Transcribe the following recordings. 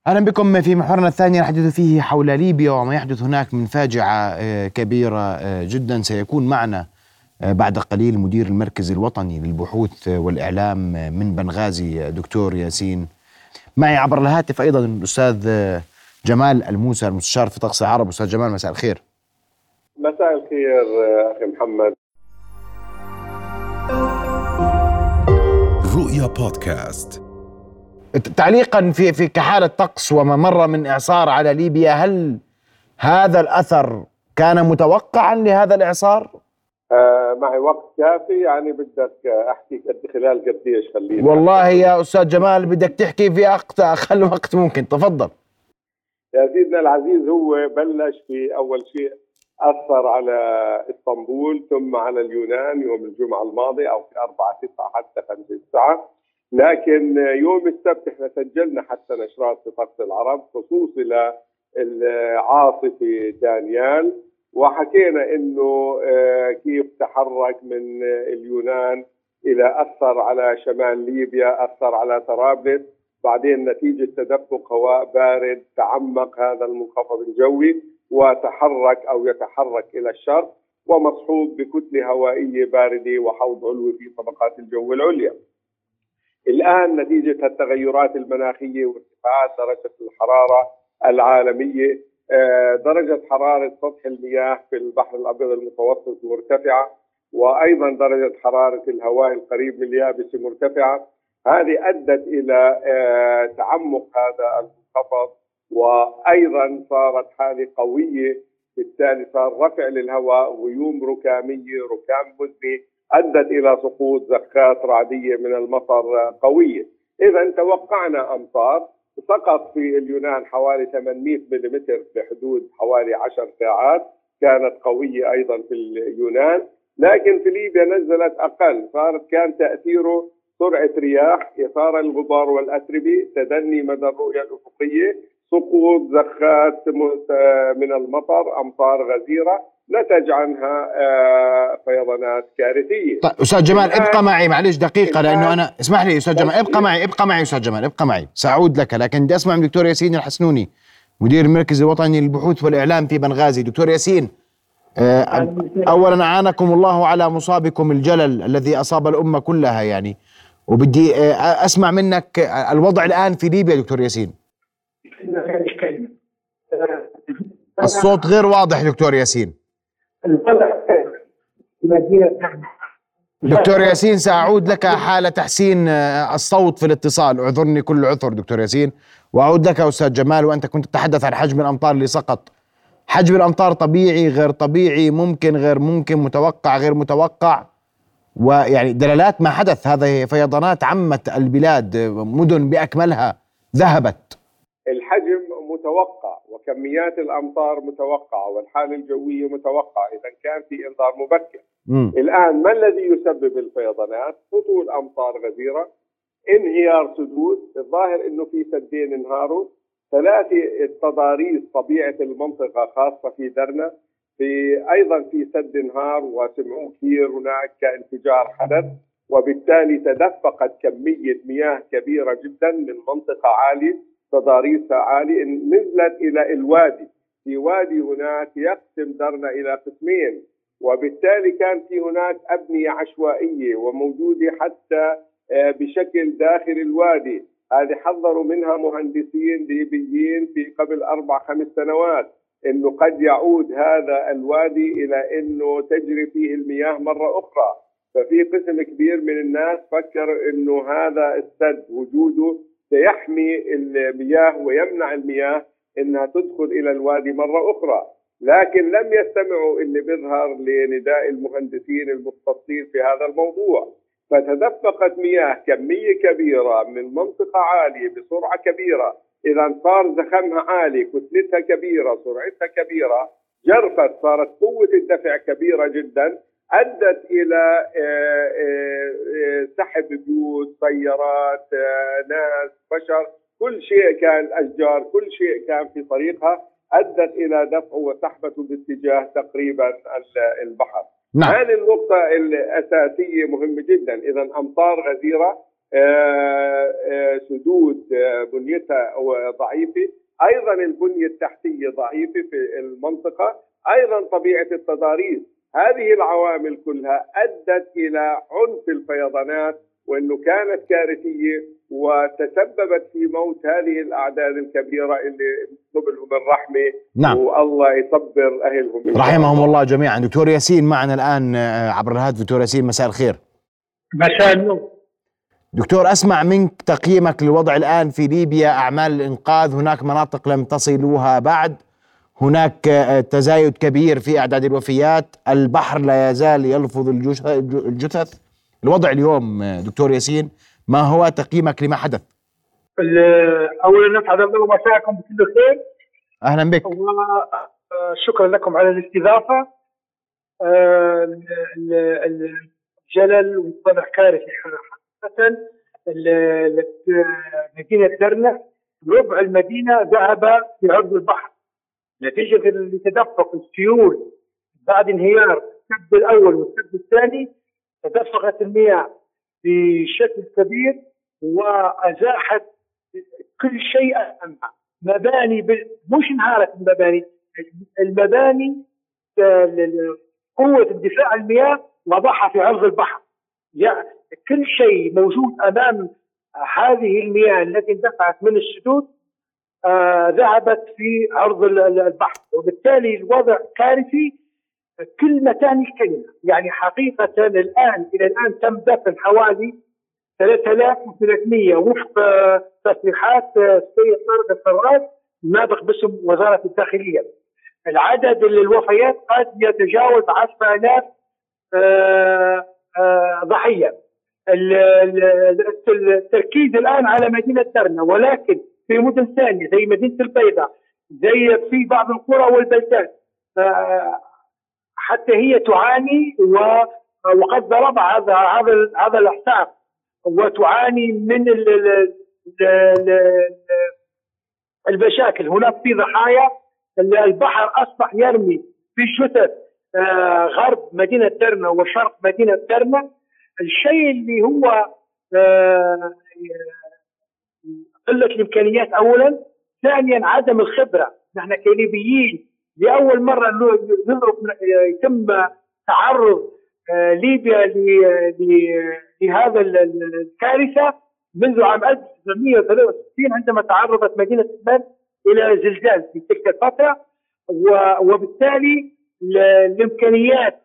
أهلا بكم في محورنا الثاني، نحدث فيه حول ليبيا وما يحدث هناك من فاجعة كبيرة جدا. سيكون معنا بعد قليل مدير المركز الوطني للبحوث والإعلام من بنغازي دكتور ياسين. معي عبر الهاتف أيضا الأستاذ جمال الموسى المستشار في طقس العرب. أستاذ جمال، مساء الخير. مساء الخير أخي محمد. رؤيا بودكاست. تعليقا في كحالة طقس وما مر من إعصار على ليبيا، هل هذا الأثر كان متوقعا لهذا الإعصار؟ معي وقت كافي، يعني بدك أحكي خلال قديش؟ خليني والله يا أستاذ جمال بدك تحكي في أقل وقت ممكن، تفضل. يا سيدنا العزيز، هو بلش في أول شيء أثر على إسطنبول ثم على اليونان يوم الجمعة الماضي، أو في 4/9 حتى 5/9. لكن يوم السبت احنا سجلنا حتى نشرات في طقس العرب خصوص للعاصفة دانيال، وحكينا انه كيف تحرك من اليونان الى اثر على شمال ليبيا، اثر على طرابلس، بعدين نتيجة تدفق هواء بارد تعمق هذا المنخفض الجوي وتحرك او يتحرك الى الشرق، ومصحوب بكتلة هوائية باردة وحوض علوي في طبقات الجو العليا. الآن نتيجة التغيرات المناخية وارتفاعات درجة الحرارة العالمية، درجة حرارة سطح المياه في البحر الأبيض المتوسط مرتفعة، وأيضا درجة حرارة الهواء القريب من اليابسة مرتفعة. هذه أدت إلى تعمق هذا المنخفض، وأيضا صارت حالة قوية، بالتالي صار رفع للهواء، غيوم ركامية، ركام مزني، أدت إلى سقوط زخات رعدية من المطر قوية. إذا توقعنا أمطار. سقط في اليونان حوالي 800 ملم بحدود حوالي 10 ساعات، كانت قوية أيضا في اليونان. لكن في ليبيا نزلت أقل، كان تأثيره سرعة رياح، إثارة الغبار والأتربة، تدني مدى الرؤية الأفقية، سقوط زخات من المطر، أمطار غزيرة نتج عنها فيضانات كارثية. طيب أستاذ جمال ابقى معي معلش دقيقة، لأنه أنا اسمح لي أستاذ جمال، ابقى معي أستاذ جمال، ابقى معي، سأعود لك. لكن بدي أسمع من دكتور ياسين الحسنوني مدير المركز الوطني للبحوث والإعلام في بنغازي. دكتور ياسين، أولا أعانكم الله على مصابكم الجلل الذي أصاب الأمة كلها يعني، وبدي أسمع منك الوضع الآن في ليبيا. دكتور ياسين، الصوت غير واضح. دكتور ياسين، دكتور ياسين سأعود لك حال تحسين الصوت في الاتصال، اعذرني كل عذر دكتور ياسين، وأعود لك أستاذ جمال. وأنت كنت تتحدث عن حجم الأمطار اللي سقط. حجم الأمطار طبيعي، غير طبيعي، ممكن، غير ممكن، متوقع، غير متوقع، ويعني دلالات ما حدث. هذه فيضانات عمت البلاد، مدن بأكملها ذهبت. الحجم متوقع وكميات الأمطار متوقعة والحالة الجوية متوقعة، إذا كان في إنذار مبكر. الآن ما الذي يسبب الفيضانات؟ هطول أمطار غزيرة، انهيار سدود، الظاهر أنه في سدين انهاروا، 3 تضاريس طبيعة المنطقة خاصة في درنا، أيضا في سد انهار وسمعوه كثير هناك كانفجار حدث، وبالتالي تدفقت كمية مياه كبيرة جدا من منطقة عالية، تضاريسها عالية، نزلت إلى الوادي. في وادي هناك يقسم درنا إلى قسمين، وبالتالي كان في هناك أبنية عشوائية وموجودة حتى بشكل داخل الوادي. هذه حذروا منها مهندسين ليبيين في قبل 4-5 سنوات، إنه قد يعود هذا الوادي إلى إنه تجري فيه المياه مرة أخرى. ففي قسم كبير من الناس فكر إنه هذا السد وجوده سيحمي المياه ويمنع المياه إنها تدخل إلى الوادي مرة أخرى، لكن لم يستمعوا اللي بيظهر لنداء المهندسين المختصين في هذا الموضوع. فتدفقت مياه كمية كبيرة من منطقة عالية بسرعة كبيرة، إذا صار زخمها عالي، كتلتها كبيرة، سرعتها كبيرة، جرفت، صارت قوة الدفع كبيرة جدا، أدت إلى سحب بيوت، سيارات، ناس، بشر، كل شيء كان، أشجار، كل شيء كان في طريقها، أدت إلى دفعه وسحبته باتجاه تقريبا البحر. نعم. هذه النقطة الأساسية مهمة جدا. إذا أمطار غزيرة، سدود بنيتها ضعيفة، أيضا البنية التحتية ضعيفة في المنطقة، أيضا طبيعة التضاريس. هذه العوامل كلها أدت إلى عنف الفيضانات، وأنه كانت كارثية وتسببت في موت هذه الأعداد الكبيرة اللي نطلب لهم الرحمة. نعم. والله يصبر أهلهم رحمهم الله جميعا. دكتور ياسين معنا الآن عبر الهاتف. دكتور ياسين مساء الخير. مساء النور. دكتور، أسمع منك تقييمك للوضع الآن في ليبيا، أعمال الإنقاذ. هناك مناطق لم تصلوها بعد، هناك تزايد كبير في أعداد الوفيات، البحر لا يزال يلفظ الجثث. الوضع اليوم دكتور ياسين، ما هو تقييمك لما حدث؟ أولا نسعد الله مساءكم بكل خير. أهلا بك. شكرا لكم على الاستضافة. الجلل والوضع كارثي حقيقة. مدينة درنا ربع المدينة ذهب في عرض البحر نتيجة لتدفق السيول بعد انهيار السد الأول والسد الثاني. تدفقت المياه بشكل كبير وأزاحت كل شيء أمامها. مباني مش انهارت المباني قوة الدفاع المياه وضعها في عرض البحر. يعني كل شيء موجود أمام هذه المياه التي اندفعت من السدود ذهبت في عرض البحر، وبالتالي الوضع كارثي كل مكان الكلمة. يعني حقيقة إلى الآن تم دفن حوالي 3300 وفق تصريحات السيد طارق الفراج ناطق باسم وزارة الداخلية. العدد الوفيات قد يتجاوز 10,000 ضحية. التركيز الآن على مدينة درنا، ولكن في مدن ثانية زي مدينة البيضاء، زي في بعض القرى والبلدات حتى هي تعاني، وقد ضرب هذا الإحساس، وتعاني من المشاكل. هناك في ضحايا. البحر أصبح يرمي في جثث غرب مدينة درنا وشرق مدينة درنا. الشيء اللي هو قلة الإمكانيات أولا، ثانيا عدم الخبرة. نحن كليبيين لأول مرة يتم تعرض ليبيا لهذا الكارثة منذ عام 1963 عندما تعرضت مدينة عمان إلى زلزال في تلك الفترة، وبالتالي الإمكانيات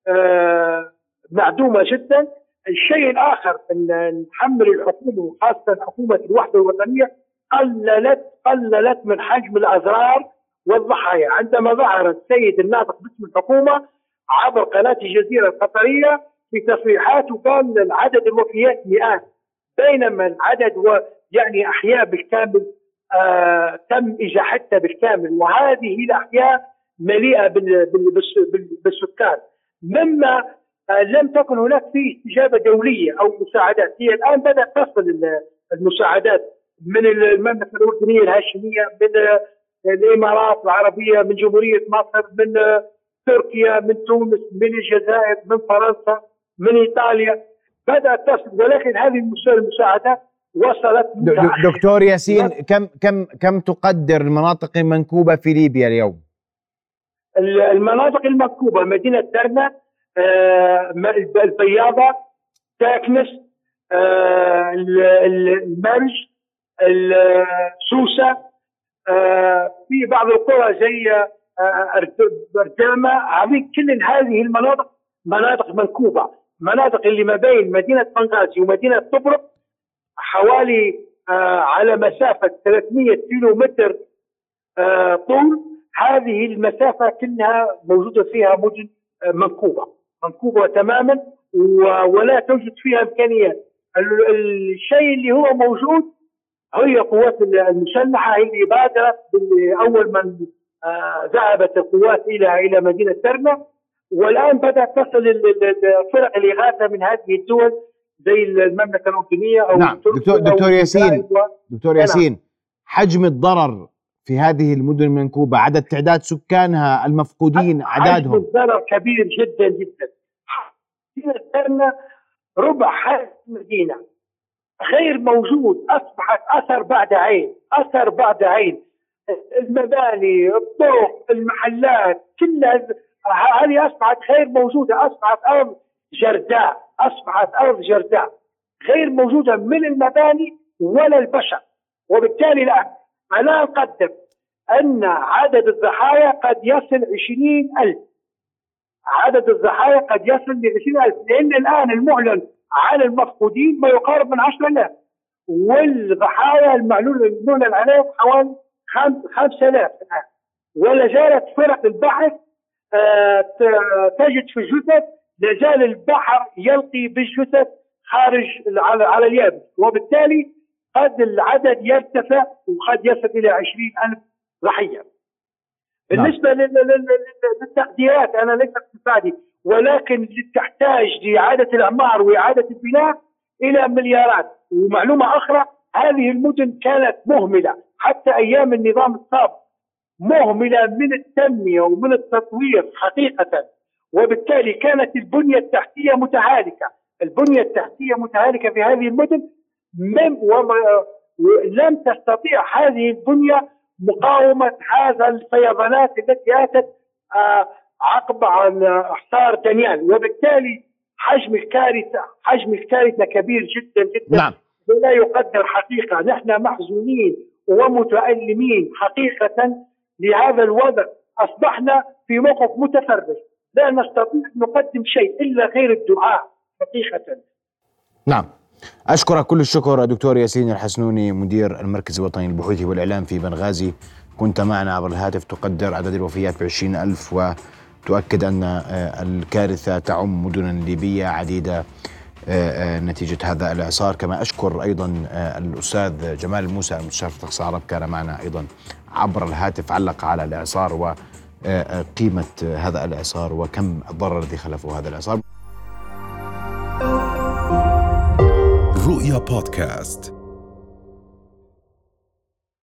معدومة جدا. الشيء الآخر أن نحمل الحكومة وخاصة حكومة الوحدة الوطنية قللت من حجم الأضرار والضحايا. عندما ظهر السيد الناطق باسم الحكومة عبر قناة الجزيرة القطرية في تصريحات وقال عدد الوفيات مئات، بينما العدد يعني أحياء بالكامل تم إزاحتها بالكامل، وهذه الأحياء مليئة بالسكان، مما لم تكن هناك فيه استجابة دولية أو مساعدات. هي الآن بدأت تصل المساعدات من المملكة الأردنية الهاشمية، من الإمارات العربية، من جمهورية مصر، من تركيا، من تونس، من الجزائر، من فرنسا، من إيطاليا، بدأت تصل. ولكن هذه المساعدات وصلت. دكتور ياسين، كم تقدر المناطق المنكوبة في ليبيا اليوم؟ المناطق المنكوبة مدينة درنا، البياضة، تاكنس، المرج، سوسة، في بعض القرى زي بردامة. كل هذه المناطق مناطق منكوبة. مناطق اللي ما بين مدينة بنغازي ومدينة طبرق حوالي على مسافة 300 كيلو متر طول. هذه المسافة كلها موجودة فيها مدن منكوبة تماما، ولا توجد فيها إمكانيات. الشيء اللي هو موجود هي قوات المسلحة اللي بادرت أول من ذهبت القوات إلى مدينة درنا، والآن بدأت تصل الفرق الإغاثة من هذه الدول زي المملكة الأردنية أو نعم. دكتور ياسين، حجم الضرر في هذه المدن المنكوبة، عدد تعداد سكانها المفقودين، عددهم، حجم الضرر كبير جدا جدا. مدينة درنا ربع هذه المدينة. غير موجود، أصبحت أثر بعد عين. المباني، الطرق، المحلات، كلها هذه أصبحت غير موجودة، أصبحت أرض جرداء غير موجودة من المباني ولا البشر. وبالتالي الآن أنا أقدر أن عدد الضحايا قد يصل 20,000. عدد الضحايا قد يصل ل 20,000، لأن الآن المعلن عن المفقودين ما يقارب من 10,000، والضحايا المعلن عليهم حوالي 5,000 الآن. ولا زالت فرق البحث تجد في الجثث، لا زال البحر يلقي بالجثث خارج على اليابس، وبالتالي قد العدد يرتفع وقد يصل إلى 20,000 ضحية. بالنسبة للتقديرات أنا ليس اقتصادي، ولكن تحتاج لإعادة الأعمار وإعادة البناء إلى مليارات. ومعلومة أخرى، هذه المدن كانت مهملة حتى أيام النظام السابق، مهملة من التنمية ومن التطوير حقيقة، وبالتالي كانت البنية التحتية متهالكة في هذه المدن، ولم تستطيع هذه البنية مقاومة هذا الفيضانات التي أتت عقب عن إحصار دانيال. وبالتالي حجم الكارثة كبير جدا جدا. نعم. ولا يقدر حقيقة. نحن محزونين ومتألمين حقيقة لهذا الوضع. أصبحنا في موقف متفرج، لا نستطيع نقدم شيء إلا غير الدعاء حقيقة. نعم، أشكرك كل الشكر دكتور ياسين الحسنوني، مدير المركز الوطني للبحوث والإعلام في بنغازي. كنت معنا عبر الهاتف، تقدر عدد الوفيات ب20,000 وتؤكد أن الكارثة تعم مدنا ليبية عديدة نتيجة هذا الإعصار. كما أشكر أيضا الأستاذ جمال موسى المستشار في تخصص العرب، كان معنا أيضا عبر الهاتف، علق على الإعصار وقيمة هذا الإعصار وكم الضرر الذي خلفه هذا الإعصار. رؤيا بودكاست.